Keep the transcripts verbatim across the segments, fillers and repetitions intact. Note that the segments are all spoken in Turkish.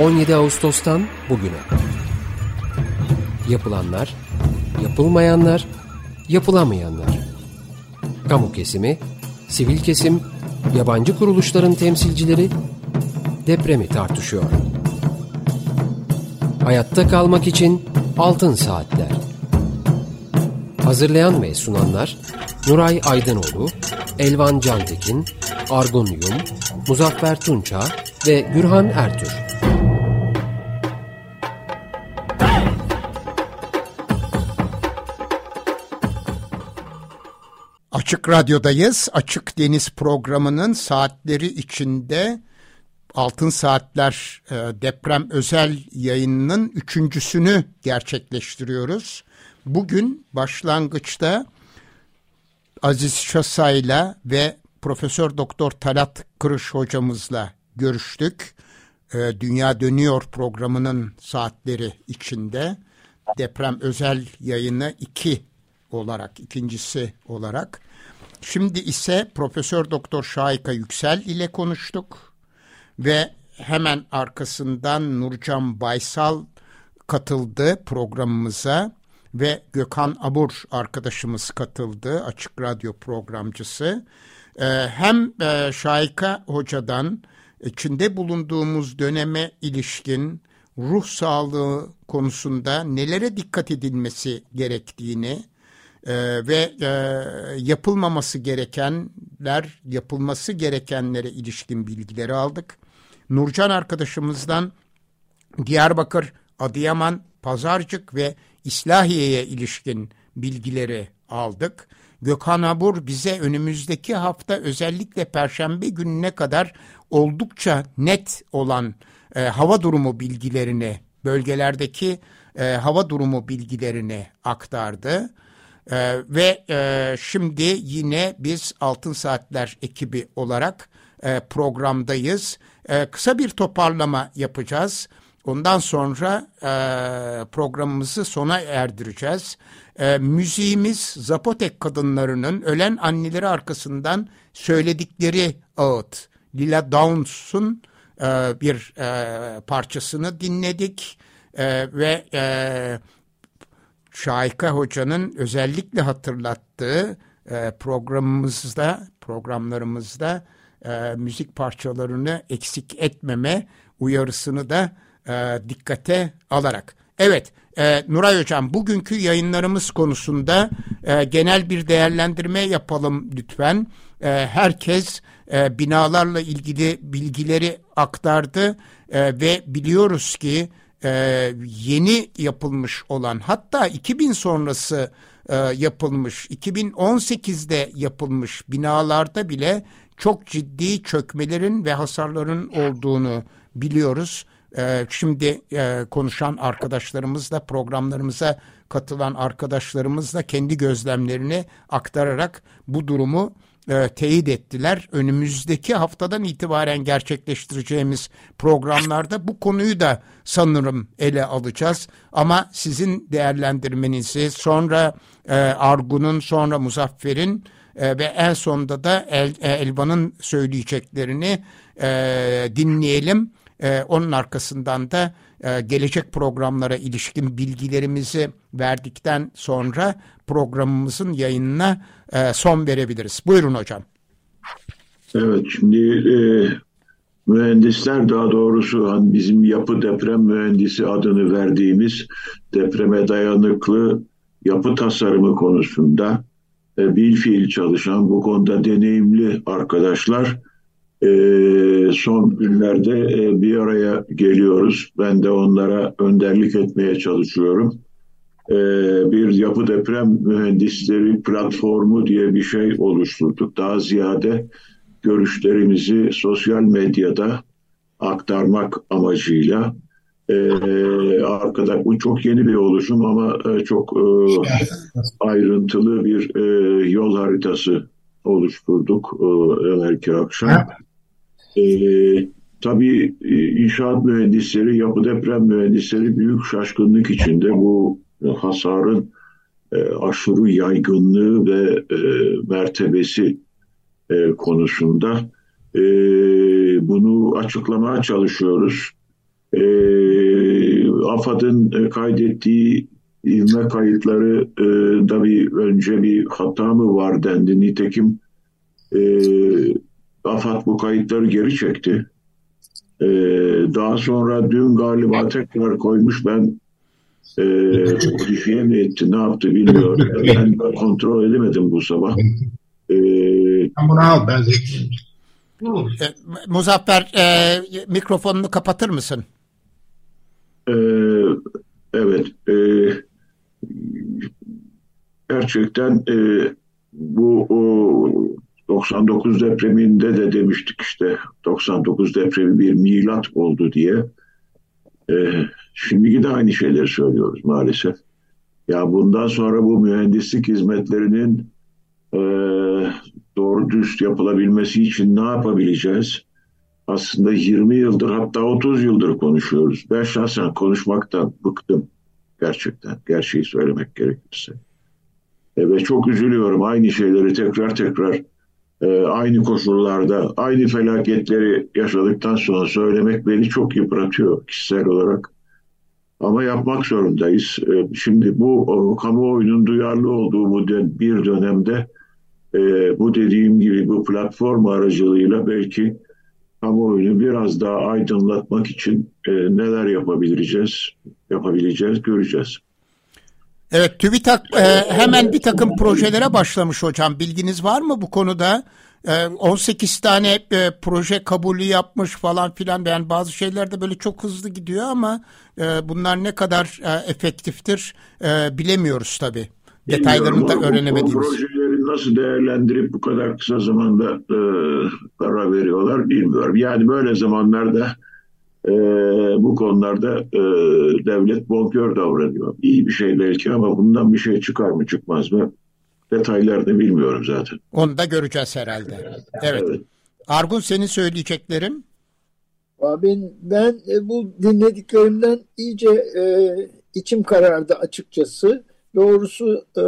on yedi Ağustos'tan bugüne. Yapılanlar, yapılmayanlar, yapılamayanlar. Kamu kesimi, sivil kesim, yabancı kuruluşların temsilcileri depremi tartışıyor. Hayatta kalmak için altın saatler. Hazırlayan ve sunanlar Nuray Aydınoğlu, Elvan Cantekin, Argun Yum, Muzaffer Tunça ve Gürhan Ertür. Açık Radyo'dayız. Açık Deniz programının saatleri içinde Altın Saatler deprem özel yayınının üçüncüsünü gerçekleştiriyoruz. Bugün başlangıçta Aziz Şasay'la ve Profesör Doktor Talat Kırış hocamızla görüştük. Dünya Dönüyor programının saatleri içinde deprem özel yayını iki olarak, ikincisi olarak. Şimdi ise Profesör Doktor Şahika Yüksel ile konuştuk ve hemen arkasından Nurcan Baysal katıldı programımıza ve Gökhan Abur arkadaşımız katıldı, Açık Radyo programcısı. Ee, hem e, Şahika Hoca'dan içinde bulunduğumuz döneme ilişkin ruh sağlığı konusunda nelere dikkat edilmesi gerektiğini Ee, ve e, yapılmaması gerekenler, yapılması gerekenlere ilişkin bilgileri aldık. Nurcan arkadaşımızdan Diyarbakır, Adıyaman, Pazarcık ve İslahiye'ye ilişkin bilgileri aldık. Gökhan Abur bize önümüzdeki hafta özellikle Perşembe gününe kadar oldukça net olan e, hava durumu bilgilerini, bölgelerdeki e, hava durumu bilgilerini aktardı. Ee, ve e, şimdi yine biz Altın Saatler ekibi olarak e, programdayız. E, kısa bir toparlama yapacağız. Ondan sonra e, programımızı sona erdireceğiz. E, müziğimiz Zapotek kadınlarının ölen anneleri arkasından söyledikleri ağıt. Lila Downs'un e, bir e, parçasını dinledik e, ve e, Şahika Hoca'nın özellikle hatırlattığı e, programımızda, programlarımızda e, müzik parçalarını eksik etmeme uyarısını da e, dikkate alarak. Evet, e, Nuray Hocam, bugünkü yayınlarımız konusunda e, genel bir değerlendirme yapalım lütfen. E, herkes e, binalarla ilgili bilgileri aktardı e, ve biliyoruz ki Ee, yeni yapılmış olan, hatta iki bin sonrası e, yapılmış, iki bin on sekizde yapılmış binalarda bile çok ciddi çökmelerin ve hasarların olduğunu biliyoruz. Ee, şimdi e, konuşan arkadaşlarımız da, programlarımıza katılan arkadaşlarımız da kendi gözlemlerini aktararak bu durumu E, teyit ettiler. Önümüzdeki haftadan itibaren gerçekleştireceğimiz programlarda bu konuyu da sanırım ele alacağız. Ama sizin değerlendirmenizi, sonra e, Argun'un, sonra Muzaffer'in e, ve en sonunda da El, e, Elvan'ın söyleyeceklerini e, dinleyelim. E, onun arkasından da e, gelecek programlara ilişkin bilgilerimizi verdikten sonra programımızın yayınına e, son verebiliriz. Buyurun hocam. Evet, şimdi e, mühendisler, daha doğrusu hani bizim yapı deprem mühendisi adını verdiğimiz depreme dayanıklı yapı tasarımı konusunda e, bilfiil çalışan, bu konuda deneyimli arkadaşlar e, son günlerde e, bir araya geliyoruz. Ben de onlara önderlik etmeye çalışıyorum. Bir yapı deprem mühendisleri platformu diye bir şey oluşturduk. Daha ziyade görüşlerimizi sosyal medyada aktarmak amacıyla. Ee, arkada bu çok yeni bir oluşum ama çok e, ayrıntılı bir e, yol haritası oluşturduk e, evvelki akşam. E, tabii inşaat mühendisleri, yapı deprem mühendisleri büyük şaşkınlık içinde bu hasarın e, aşırı yaygınlığı ve e, mertebesi e, konusunda e, bunu açıklamaya çalışıyoruz. E, AFAD'ın kaydettiği ivme kayıtları e, da bir önce bir hata mı var dendi. Nitekim e, AFAD bu kayıtları geri çekti. E, Daha sonra dün galiba tekrar koymuş. Ben e, modifiye mi etti, ne yaptı bilmiyorum. Ben kontrol edemedim bu sabah. E, Bunu al ben de. E, Muzaffer, e, mikrofonunu kapatır mısın? e, evet. E, gerçekten e, bu o, doksan dokuz depreminde de demiştik işte doksan dokuz depremi bir milat oldu diye. E, Şimdi de aynı şeyleri söylüyoruz maalesef. Ya bundan sonra bu mühendislik hizmetlerinin e, doğru dürüst yapılabilmesi için ne yapabileceğiz? Aslında yirmi yıldır, hatta otuz yıldır konuşuyoruz. Ben şahsen konuşmaktan bıktım gerçekten, gerçeği söylemek gerekirse. E, ve çok üzülüyorum, aynı şeyleri tekrar tekrar e, aynı koşullarda, aynı felaketleri yaşadıktan sonra söylemek beni çok yıpratıyor kişisel olarak. Ama yapmak zorundayız. E, şimdi bu o, kamuoyunun duyarlı olduğu bu dön- bir dönemde e, bu dediğim gibi bu platform aracılığıyla belki kamuoyunu biraz daha aydınlatmak için e, neler yapabileceğiz, yapabileceğiz, göreceğiz. Evet, TÜBİTAK e, hemen bir takım projelere başlamış hocam. Bilginiz var mı bu konuda? E, on sekiz tane e, proje kabulü yapmış falan filan. Yani bazı şeyler de böyle çok hızlı gidiyor ama e, bunlar ne kadar e, efektiftir e, bilemiyoruz tabii. Detaylarını da öğrenemediğimiz. Bu projeleri nasıl değerlendirip bu kadar kısa zamanda e, karar veriyorlar bilmiyorum. Yani böyle zamanlarda e, bu konularda e, devlet bonkör davranıyor. İyi bir şey belki ama bundan bir şey çıkar mı çıkmaz mı? Detaylarını bilmiyorum zaten. Onu da göreceğiz herhalde. Evet. Evet. Argun, senin söyleyeceklerin? Ben, ben bu dinlediklerimden iyice e, içim karardı açıkçası. Doğrusu e,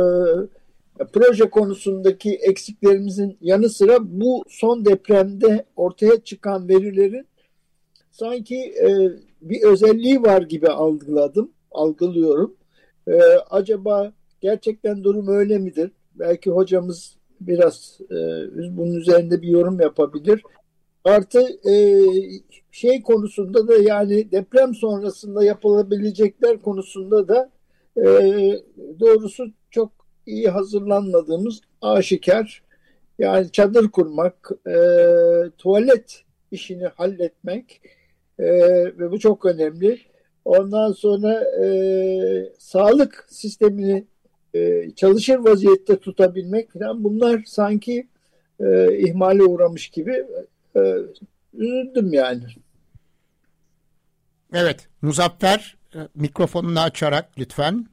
proje konusundaki eksiklerimizin yanı sıra bu son depremde ortaya çıkan verilerin sanki e, bir özelliği var gibi algıladım, algılıyorum. E, acaba gerçekten durum öyle midir? Belki hocamız biraz e, bunun üzerinde bir yorum yapabilir. Artı e, şey konusunda da, yani deprem sonrasında yapılabilecekler konusunda da e, doğrusu çok iyi hazırlanmadığımız aşikar. Yani çadır kurmak, e, tuvalet işini halletmek e, ve bu çok önemli. Ondan sonra e, sağlık sistemini e, çalışır vaziyette tutabilmek falan, bunlar sanki e, ihmale uğramış gibi. e, üzüldüm yani. Evet, Muzaffer, mikrofonunu açarak lütfen.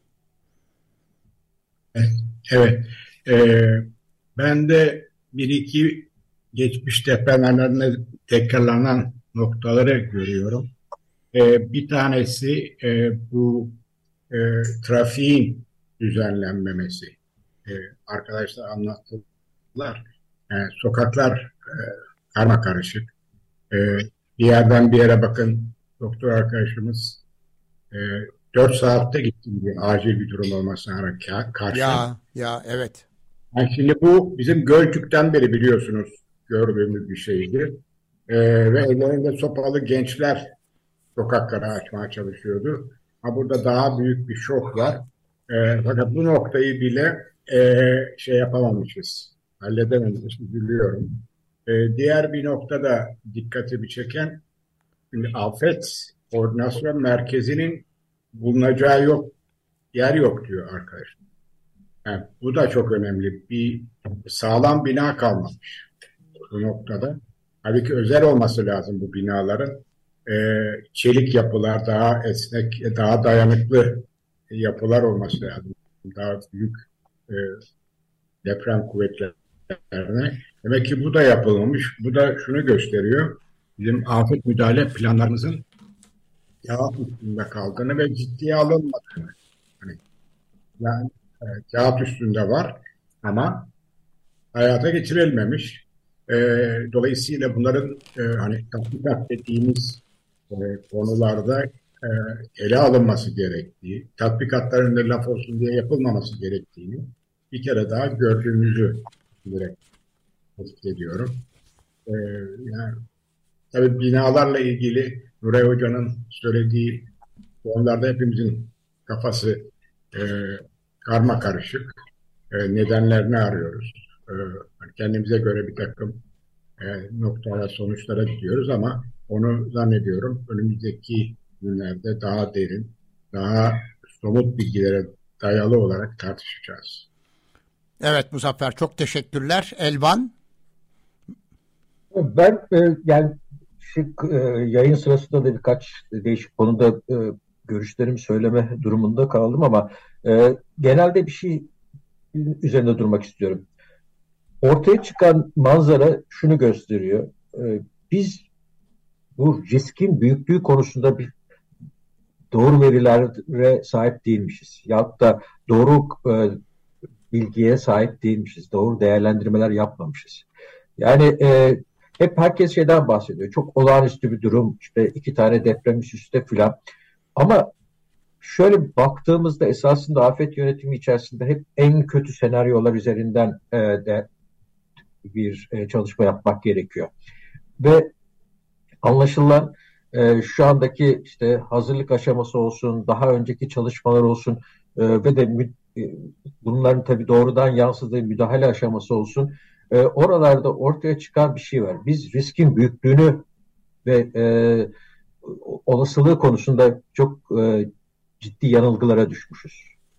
Evet, ee, ben de bir iki geçmiş depremlerinde tekrarlanan noktaları görüyorum. Ee, bir tanesi e, bu e, trafiğin düzenlenmemesi. E, arkadaşlar anlattılar. Yani sokaklar e, karma karışık. E, bir yerden bir yere bakın, doktor arkadaşımız e, dört saatte gittim diye, acil bir durum olmasına karşı. Ya, ya evet. Yani şimdi bu bizim Gölcük'ten beri biliyorsunuz gördüğümüz bir şeydi. E, ve ellerinde sopalı gençler sokakları açmaya çalışıyordu. Ha, burada daha büyük bir şok var. E, fakat bu noktayı bile e, şey yapamamışız, halledememişiz, biliyorum. E, diğer bir noktada dikkatimi çeken, şimdi Afet Koordinasyon Merkezi'nin bulunacağı yok, yer yok diyor arkadaşlar. Yani bu da çok önemli. Bir sağlam bina kalmamış bu noktada. Halbuki özel olması lazım bu binaların. Ee, çelik yapılar, daha esnek, daha dayanıklı yapılar olması lazım. Daha büyük e, deprem kuvvetlerine. Demek ki bu da yapılmamış. Bu da şunu gösteriyor: bizim afet müdahale planlarımızın kağıt üstünde kaldığını ve ciddiye alınmadığını. Hani, yani e, kağıt üstünde var ama hayata geçirilmemiş. E, dolayısıyla bunların e, hani tatbikat dediğimiz e, konularda e, ele alınması gerektiği, tatbikatlarında laf olsun diye yapılmaması gerektiğini bir kere daha gördüğümüzü direkt tespit ediyorum. E, yani, tabii binalarla ilgili Nuray Hoca'nın söylediği konularda hepimizin kafası e, karma karışık. E, nedenlerini arıyoruz. E, kendimize göre bir takım e, noktalara, sonuçlara gidiyoruz ama onu zannediyorum önümüzdeki günlerde daha derin, daha somut bilgilere dayalı olarak tartışacağız. Evet Muzaffer, çok teşekkürler. Elvan? Ben e, yani şu e, yayın sırasında da birkaç değişik konuda e, görüşlerimi söyleme durumunda kaldım ama e, genelde bir şey üzerinde durmak istiyorum. Ortaya çıkan manzara şunu gösteriyor. E, biz bu riskin büyüklüğü konusunda bir doğru verilere sahip değilmişiz. Ya da doğru e, bilgiye sahip değilmişiz. Doğru değerlendirmeler yapmamışız. Yani e, hep herkes şeyden bahsediyor. Çok olağanüstü bir durum. İşte iki tane deprem üst üste filan. Ama şöyle baktığımızda esasında afet yönetimi içerisinde hep en kötü senaryolar üzerinden e, de bir e, çalışma yapmak gerekiyor. Ve anlaşılan e, şu andaki işte hazırlık aşaması olsun, daha önceki çalışmalar olsun e, ve de mü, e, bunların tabii doğrudan yansıdığı müdahale aşaması olsun. E, oralarda ortaya çıkan bir şey var. Biz riskin büyüklüğünü ve e, olasılığı konusunda çok e, ciddi yanılgılara düşmüşüz.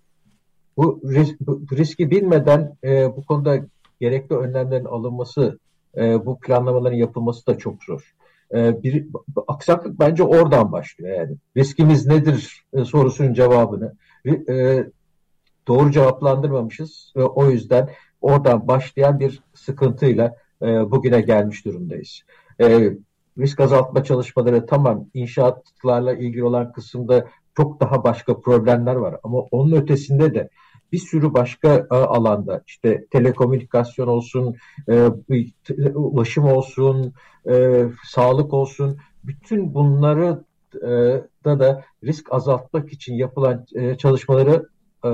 Bu, risk, bu riski bilmeden e, bu konuda gerekli önlemlerin alınması, e, bu planlamaların yapılması da çok zor. E, bir, aksaklık bence oradan başlıyor. Yani riskimiz nedir e, sorusunun cevabını e, doğru cevaplandırmamışız ve o yüzden oradan başlayan bir sıkıntıyla e, bugüne gelmiş durumdayız. E, risk azaltma çalışmaları tamam, inşaatlarla ilgili olan kısımda çok daha başka problemler var ama onun ötesinde de bir sürü başka e, alanda işte telekomünikasyon olsun, e, ulaşım olsun, e, sağlık olsun, bütün bunları e, da da risk azaltmak için yapılan e, çalışmaları e,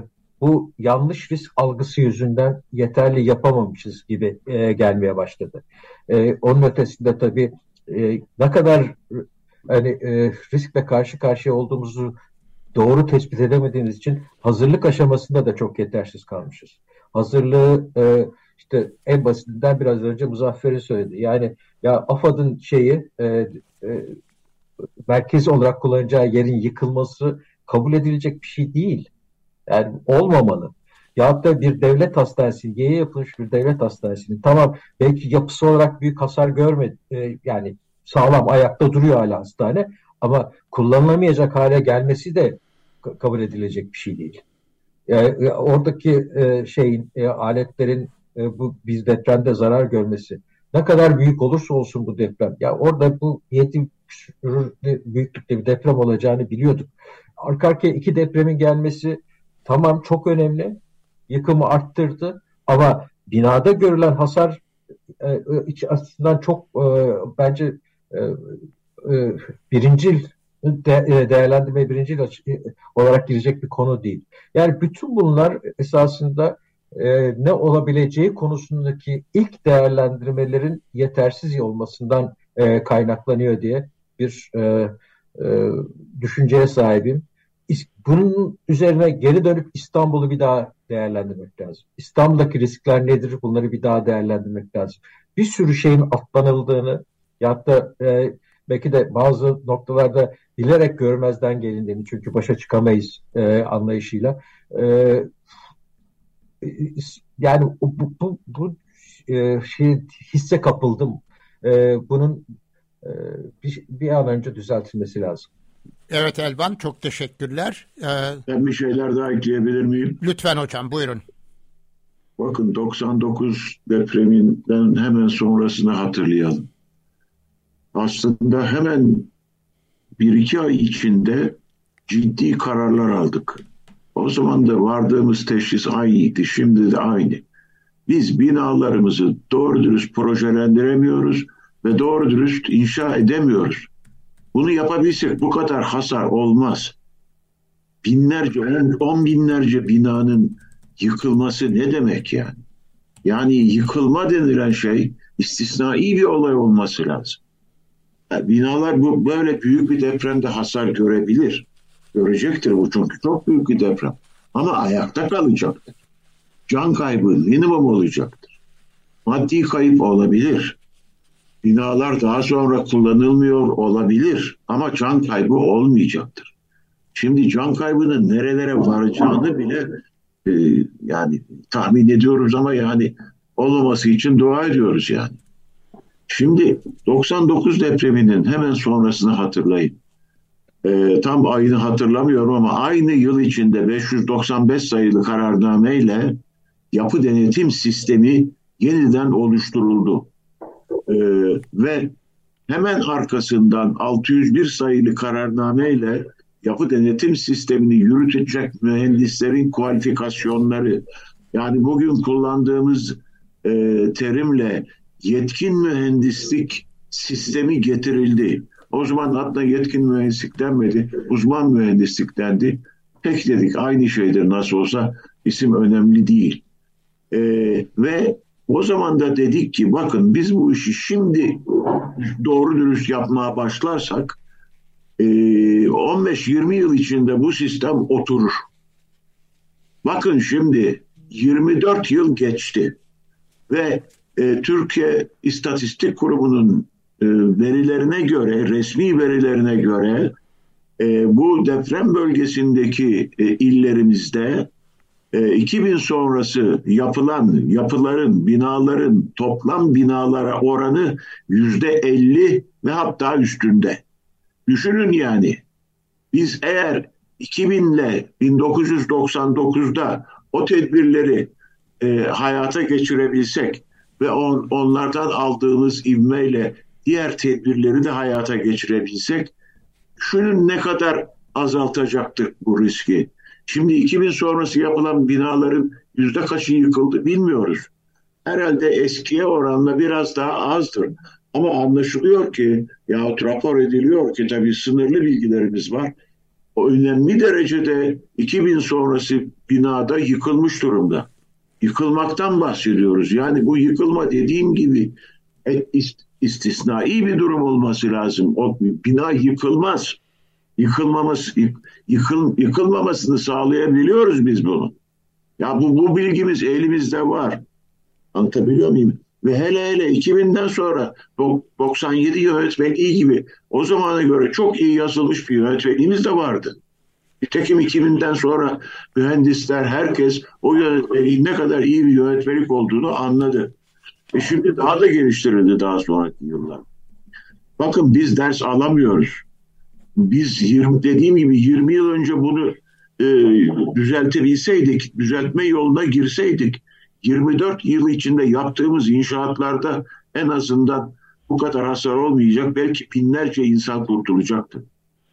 bu yanlış risk algısı yüzünden yeterli yapamamışız gibi e, gelmeye başladı. E, onun ötesinde tabii e, ne kadar hani e, riskle karşı karşıya olduğumuzu doğru tespit edemediğimiz için hazırlık aşamasında da çok yetersiz kalmışız. Hazırlığı e, işte en basitinden biraz önce Muzaffer'in söyledi. Yani ya AFAD'ın şeyi e, e, merkez olarak kullanacağı yerin yıkılması kabul edilecek bir şey değil. Yani olmamalı. Ya da bir devlet hastanesi, yeni yapılmış bir devlet hastanesinin tamam belki yapısı olarak büyük hasar görmedi. E, yani sağlam ayakta duruyor hala hastane ama kullanılamayacak hale gelmesi de k- kabul edilecek bir şey değil. Yani oradaki e, şeyin e, aletlerin e, bu biz depremde zarar görmesi ne kadar büyük olursa olsun bu deprem. Ya orada bu yedi büyüklükte bir deprem olacağını biliyorduk. Arka arkaya iki depremin gelmesi tamam çok önemli. Yıkımı arttırdı ama binada görülen hasar e, iç açısından çok e, bence e, e, birincil de, değerlendirme birincil e, olarak girecek bir konu değil. Yani bütün bunlar esasında e, ne olabileceği konusundaki ilk değerlendirmelerin yetersiz olmasından e, kaynaklanıyor diye bir e, e, düşünceye sahibim. Bunun üzerine geri dönüp İstanbul'u bir daha değerlendirmek lazım. İstanbul'daki riskler nedir? Bunları bir daha değerlendirmek lazım. Bir sürü şeyin atlanıldığını ya da e, belki de bazı noktalarda bilerek görmezden gelindiğini çünkü başa çıkamayız e, anlayışıyla. E, yani bu, bu, bu e, şey, hisse kapıldım. E, bunun e, bir, bir an önce düzeltilmesi lazım. Evet Elvan, çok teşekkürler. Ee, Ben bir şeyler daha ekleyebilir miyim? Lütfen hocam, buyurun. Bakın doksan dokuz depreminden hemen sonrasını hatırlayalım. Aslında hemen bir iki ay içinde ciddi kararlar aldık. O zaman da vardığımız teşhis aynıydı, şimdi de aynı. Biz binalarımızı doğru dürüst projelendiremiyoruz ve doğru dürüst inşa edemiyoruz. Bunu yapabilsek bu kadar hasar olmaz. Binlerce, on, on binlerce binanın yıkılması ne demek yani? Yani yıkılma denilen şey istisnai bir olay olması lazım. Yani binalar bu böyle büyük bir depremde hasar görebilir. Görecektir bu çünkü çok büyük bir deprem. Ama ayakta kalacaktır. Can kaybı minimum olacaktır. Maddi kayıp olabilir. Binalar daha sonra kullanılmıyor olabilir. Ama can kaybı olmayacaktır. Şimdi can kaybının nerelere varacağını bile e, yani tahmin ediyoruz ama yani olmaması için dua ediyoruz yani. Şimdi doksan dokuz depreminin hemen sonrasını hatırlayın. E, tam ayını hatırlamıyorum ama aynı yıl içinde beş yüz doksan beş sayılı kararnameyle yapı denetim sistemi yeniden oluşturuldu. E, ve hemen arkasından altı yüz bir sayılı kararnameyle yapı denetim sistemini yürütecek mühendislerin kualifikasyonları, yani bugün kullandığımız e, terimle yetkin mühendislik sistemi getirildi. O zaman hatta yetkin mühendislik denmedi, uzman mühendislik dendi. Pek dedik aynı şeydir nasıl olsa, isim önemli değil. E, ve o zaman da dedik ki bakın biz bu işi şimdi doğru dürüst yapmaya başlarsak on beş yirmi yıl içinde bu sistem oturur. Bakın şimdi yirmi dört yıl geçti ve e, Türkiye İstatistik Kurumu'nun e, verilerine göre, resmi verilerine göre e, bu deprem bölgesindeki e, illerimizde e, iki bin sonrası yapılan yapıların, binaların toplam binalara oranı yüzde elli ve hatta üstünde. Düşünün yani biz eğer iki bin ile bin dokuz yüz doksan dokuzda o tedbirleri e, hayata geçirebilsek ve on, onlardan aldığımız ivmeyle diğer tedbirleri de hayata geçirebilsek, şunun ne kadar azaltacaktık bu riski. Şimdi iki bin sonrası yapılan binaların yüzde kaçı yıkıldı bilmiyoruz. Herhalde eskiye oranla biraz daha azdır. Ama anlaşılıyor ki, yahut rapor ediliyor ki, tabii sınırlı bilgilerimiz var. O önemli derecede iki bin sonrası binada yıkılmış durumda. Yıkılmaktan bahsediyoruz. Yani bu yıkılma dediğim gibi istisnai bir durum olması lazım. O bina yıkılmaz. Yıkılmaması, yıkıl, yıkılmamasını sağlayabiliyoruz biz bunu. Ya bu, bu bilgimiz elimizde var. Anlatabiliyor muyum? Ve hele hele iki binden sonra doksan yedi yönetmeliği gibi o zamana göre çok iyi yazılmış bir yönetmeliğimiz de vardı. Nitekim iki binden sonra mühendisler, herkes o yönetmeliğin ne kadar iyi bir yönetmelik olduğunu anladı. E şimdi daha da geliştirildi daha sonraki yıllar. Bakın biz ders alamıyoruz. Biz yirmi, dediğim gibi yirmi yıl önce bunu e, düzeltebilseydik, düzeltme yoluna girseydik, yirmi dört yıl içinde yaptığımız inşaatlarda en azından bu kadar hasar olmayacak, belki binlerce insan kurtulacaktı.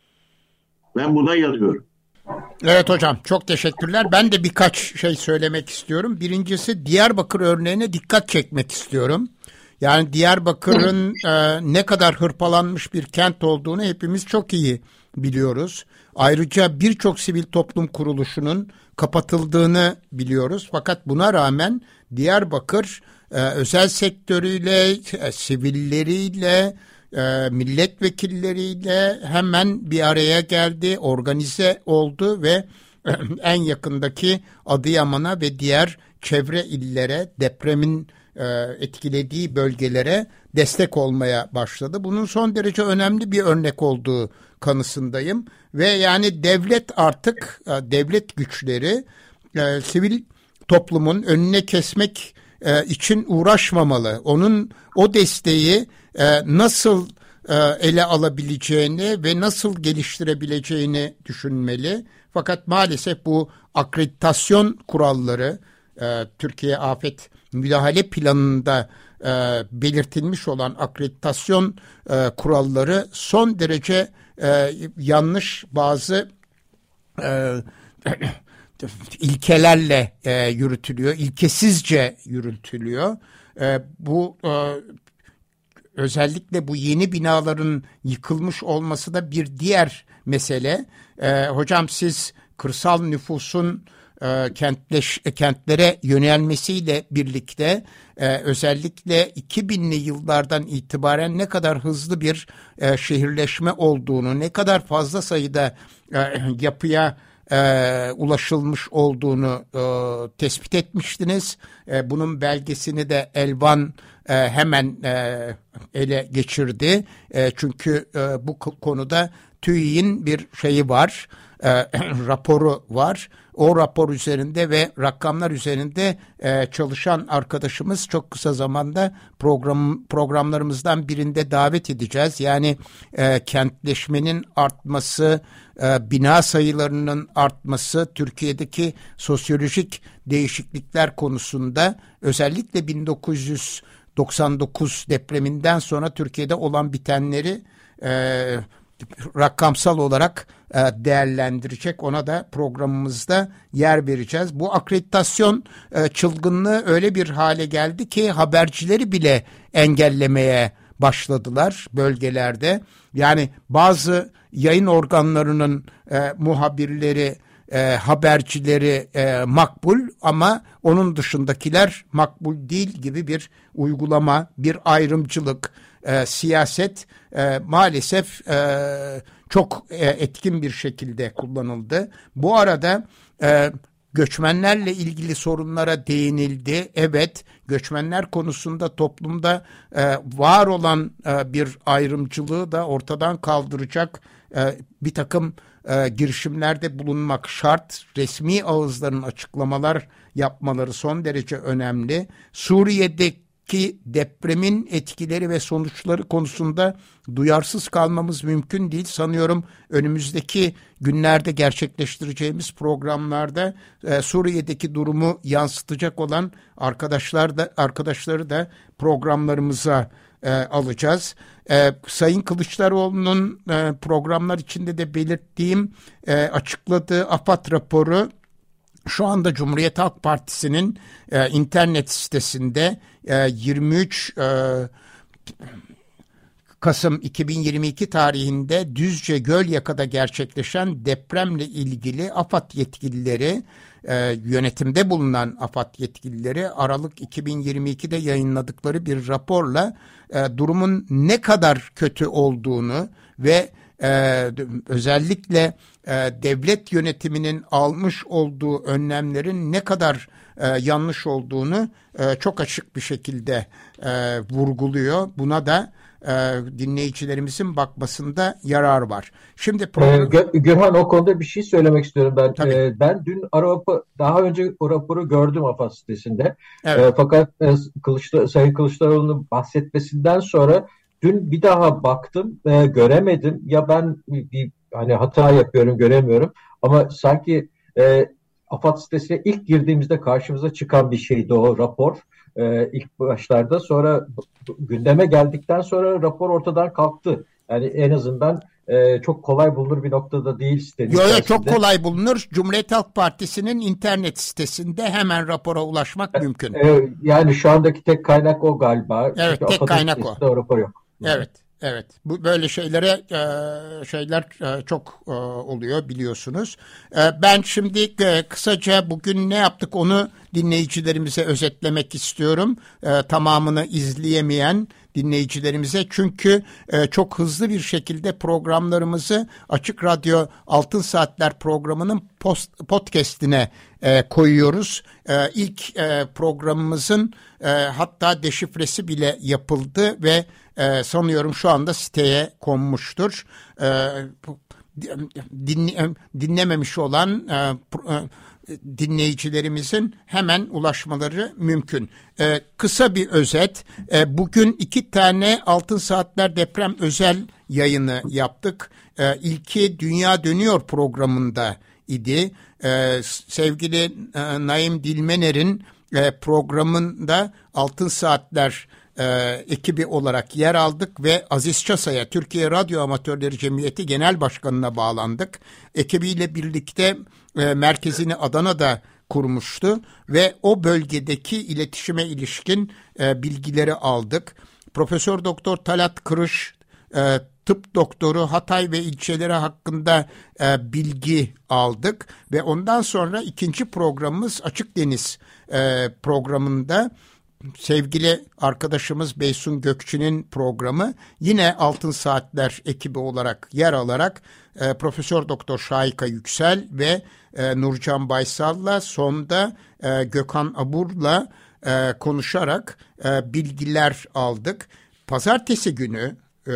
Ben buna yanıyorum. Evet hocam, çok teşekkürler. Ben de birkaç şey söylemek istiyorum. Birincisi, Diyarbakır örneğine dikkat çekmek istiyorum. Yani Diyarbakır'ın e, ne kadar hırpalanmış bir kent olduğunu hepimiz çok iyi biliyoruz. Ayrıca birçok sivil toplum kuruluşunun kapatıldığını biliyoruz. Fakat buna rağmen Diyarbakır e, özel sektörüyle, e, sivilleriyle, e, milletvekilleriyle hemen bir araya geldi, organize oldu ve e, en yakındaki Adıyaman'a ve diğer çevre illere, depremin e, etkilediği bölgelere destek olmaya başladı. Bunun son derece önemli bir örnek olduğu kanısındayım ve yani devlet artık, devlet güçleri e, sivil toplumun önüne kesmek e, için uğraşmamalı. Onun o desteği e, nasıl e, ele alabileceğini ve nasıl geliştirebileceğini düşünmeli. Fakat maalesef bu akreditasyon kuralları, e, Türkiye Afet Müdahale Planı'nda e, belirtilmiş olan akreditasyon e, kuralları son derece e, yanlış, bazı e, ilkelerle e, yürütülüyor, ilkesizce yürütülüyor. E, bu e, özellikle bu yeni binaların yıkılmış olması da bir diğer mesele. E, hocam siz kırsal nüfusun e, kentleş, kentlere yönelmesiyle birlikte e, özellikle iki binli yıllardan itibaren ne kadar hızlı bir e, şehirleşme olduğunu, ne kadar fazla sayıda e, yapıya e, ulaşılmış olduğunu e, tespit etmiştiniz. E, bunun belgesini de Elvan e, hemen e, ele geçirdi. E, çünkü e, bu konuda TÜİ'nin bir şeyi var, e, raporu var. O rapor üzerinde ve rakamlar üzerinde e, çalışan arkadaşımız çok kısa zamanda program programlarımızdan birinde davet edeceğiz. Yani e, kentleşmenin artması, e, bina sayılarının artması, Türkiye'deki sosyolojik değişiklikler konusunda özellikle bin dokuz yüz doksan dokuz depreminden sonra Türkiye'de olan bitenleri e, rakamsal olarak e, değerlendirecek, ona da programımızda yer vereceğiz. Bu akreditasyon e, çılgınlığı öyle bir hale geldi ki habercileri bile engellemeye başladılar bölgelerde. Yani bazı yayın organlarının e, muhabirleri, e, habercileri e, makbul ama onun dışındakiler makbul değil gibi bir uygulama, bir ayrımcılık, e, siyaset e, maalesef e, çok e, etkin bir şekilde kullanıldı. Bu arada e, göçmenlerle ilgili sorunlara değinildi. Evet, göçmenler konusunda toplumda e, var olan e, bir ayrımcılığı da ortadan kaldıracak e, bir takım e, girişimlerde bulunmak şart. Resmi ağızların açıklamalar yapmaları son derece önemli. Suriye'deki ki depremin etkileri ve sonuçları konusunda duyarsız kalmamız mümkün değil. Sanıyorum önümüzdeki günlerde gerçekleştireceğimiz programlarda e, Suriye'deki durumu yansıtacak olan arkadaşlar da arkadaşları da programlarımıza e, alacağız. E, Sayın Kılıçdaroğlu'nun e, programlar içinde de belirttiğim e, açıkladığı AFAD raporu şu anda Cumhuriyet Halk Partisi'nin e, internet sitesinde e, yirmi üç e, Kasım iki bin yirmi iki tarihinde Düzce Gölyaka'da gerçekleşen depremle ilgili AFAD yetkilileri, e, yönetimde bulunan AFAD yetkilileri Aralık iki bin yirmi ikide yayınladıkları bir raporla e, durumun ne kadar kötü olduğunu ve Ee, özellikle e, devlet yönetiminin almış olduğu önlemlerin ne kadar e, yanlış olduğunu e, çok açık bir şekilde e, vurguluyor. Buna da e, dinleyicilerimizin bakmasında yarar var. Şimdi program... ee, Gürhan, o konuda bir şey söylemek istiyorum ben. Ee, ben dün rapor, daha önce o raporu gördüm AFAD sitesinde. Evet. Ee, fakat e, Kılıçda, Sayın Kılıçdaroğlu'nun bahsetmesinden sonra dün bir daha baktım, e, göremedim. Ya ben bir hani hata yapıyorum, göremiyorum. Ama sanki e, AFAD sitesine ilk girdiğimizde karşımıza çıkan bir şeydi o rapor. E, ilk başlarda, sonra gündeme geldikten sonra rapor ortadan kalktı. Yani en azından e, çok kolay bulunur bir noktada değil sitenin. Yok yok, çok kolay bulunur. Cumhuriyet Halk Partisi'nin internet sitesinde hemen rapora ulaşmak e, mümkün. E, yani şu andaki tek kaynak o galiba. Evet, çünkü tek AFAD'ın kaynak o. o rapor yok. Evet, evet. Bu böyle şeylere e, şeyler e, çok e, oluyor biliyorsunuz. E, ben şimdi e, kısaca bugün ne yaptık onu dinleyicilerimize özetlemek istiyorum. E, tamamını izleyemeyen dinleyicilerimize, çünkü e, çok hızlı bir şekilde programlarımızı Açık Radyo Altın Saatler programının post, podcast'ine e, koyuyoruz. E, ilk e, programımızın e, hatta deşifresi bile yapıldı ve e, sanıyorum şu anda siteye konmuştur. E, dinle, dinlememiş olan e, dinleyicilerimizin hemen ulaşmaları mümkün. Ee, kısa bir özet. Ee, bugün iki tane Altın Saatler deprem özel yayını yaptık. Ee, ilki Dünya Dönüyor programında idi. Ee, sevgili e, Naim Dilmener'in e, programında Altın Saatler e, ekibi olarak yer aldık ve Aziz Çasa'ya, Türkiye Radyo Amatörleri Cemiyeti Genel Başkanı'na bağlandık. Ekibiyle birlikte e, merkezini Adana'da kurmuştu ve o bölgedeki iletişime ilişkin e, bilgileri aldık. Profesör Doktor Talat Kırış, e, tıp doktoru, Hatay ve ilçeleri hakkında e, bilgi aldık ve ondan sonra ikinci programımız Açık Deniz e, programında sevgili arkadaşımız Beysun Gökçin'in programı yine Altın Saatler ekibi olarak yer alarak e, Profesör Doktor Şahika Yüksel ve e, Nurcan Baysal'la, sonda e, Gökhan Abur'la e, konuşarak e, bilgiler aldık. Pazartesi günü e,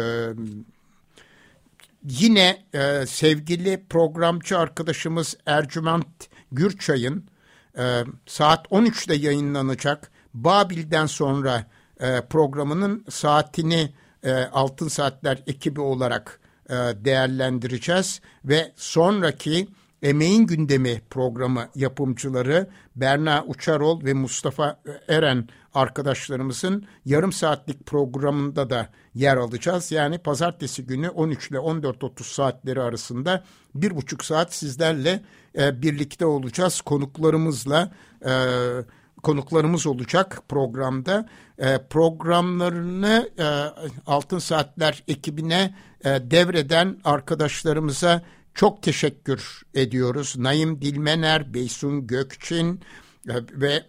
yine e, sevgili programcı arkadaşımız Ercüment Gürçay'ın e, saat on üçte yayınlanacak Babil'den sonra e, programının saatini e, Altın Saatler ekibi olarak e, değerlendireceğiz ve sonraki Emeğin Gündemi programı yapımcıları Berna Uçarol ve Mustafa Eren arkadaşlarımızın yarım saatlik programında da yer alacağız. Yani pazartesi günü on üç ile on dört otuz saatleri arasında bir buçuk saat sizlerle e, birlikte olacağız. Konuklarımızla e, konuklarımız olacak programda. E, programlarını e, Altın Saatler ekibine e, devreden arkadaşlarımıza çok teşekkür ediyoruz. Naim Dilmener, Beysun Gökçin e, ve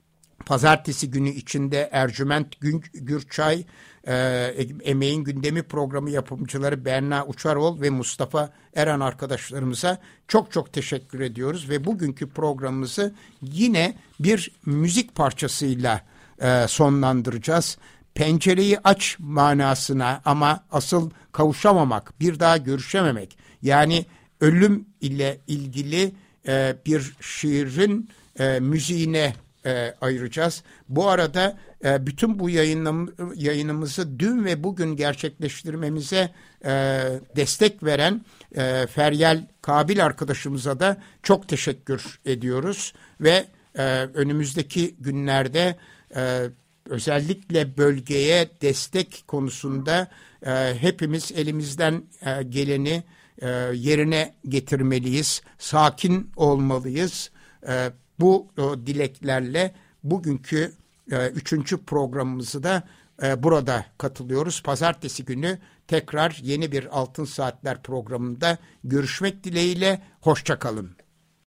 pazartesi günü içinde Ercüment Gürçay, e, Emeğin Gündemi programı yapımcıları Berna Uçarol ve Mustafa Eren arkadaşlarımıza çok çok teşekkür ediyoruz ve bugünkü programımızı yine bir müzik parçasıyla e, sonlandıracağız. Pencereyi aç manasına ama asıl kavuşamamak, bir daha görüşememek, yani ölüm ile ilgili e, bir şiirin e, müziğine e, ayıracağız. Bu arada e, bütün bu yayınlam, yayınımızı dün ve bugün gerçekleştirmemize e, destek veren e, Feryal Kabil arkadaşımıza da çok teşekkür ediyoruz ve e, önümüzdeki günlerde e, özellikle bölgeye destek konusunda e, hepimiz elimizden e, geleni e, yerine getirmeliyiz. Sakin olmalıyız. E, bu o, dileklerle bugünkü e, üçüncü programımızı da e, burada katılıyoruz. Pazartesi günü tekrar yeni bir Altın Saatler programında görüşmek dileğiyle. Hoşça kalın.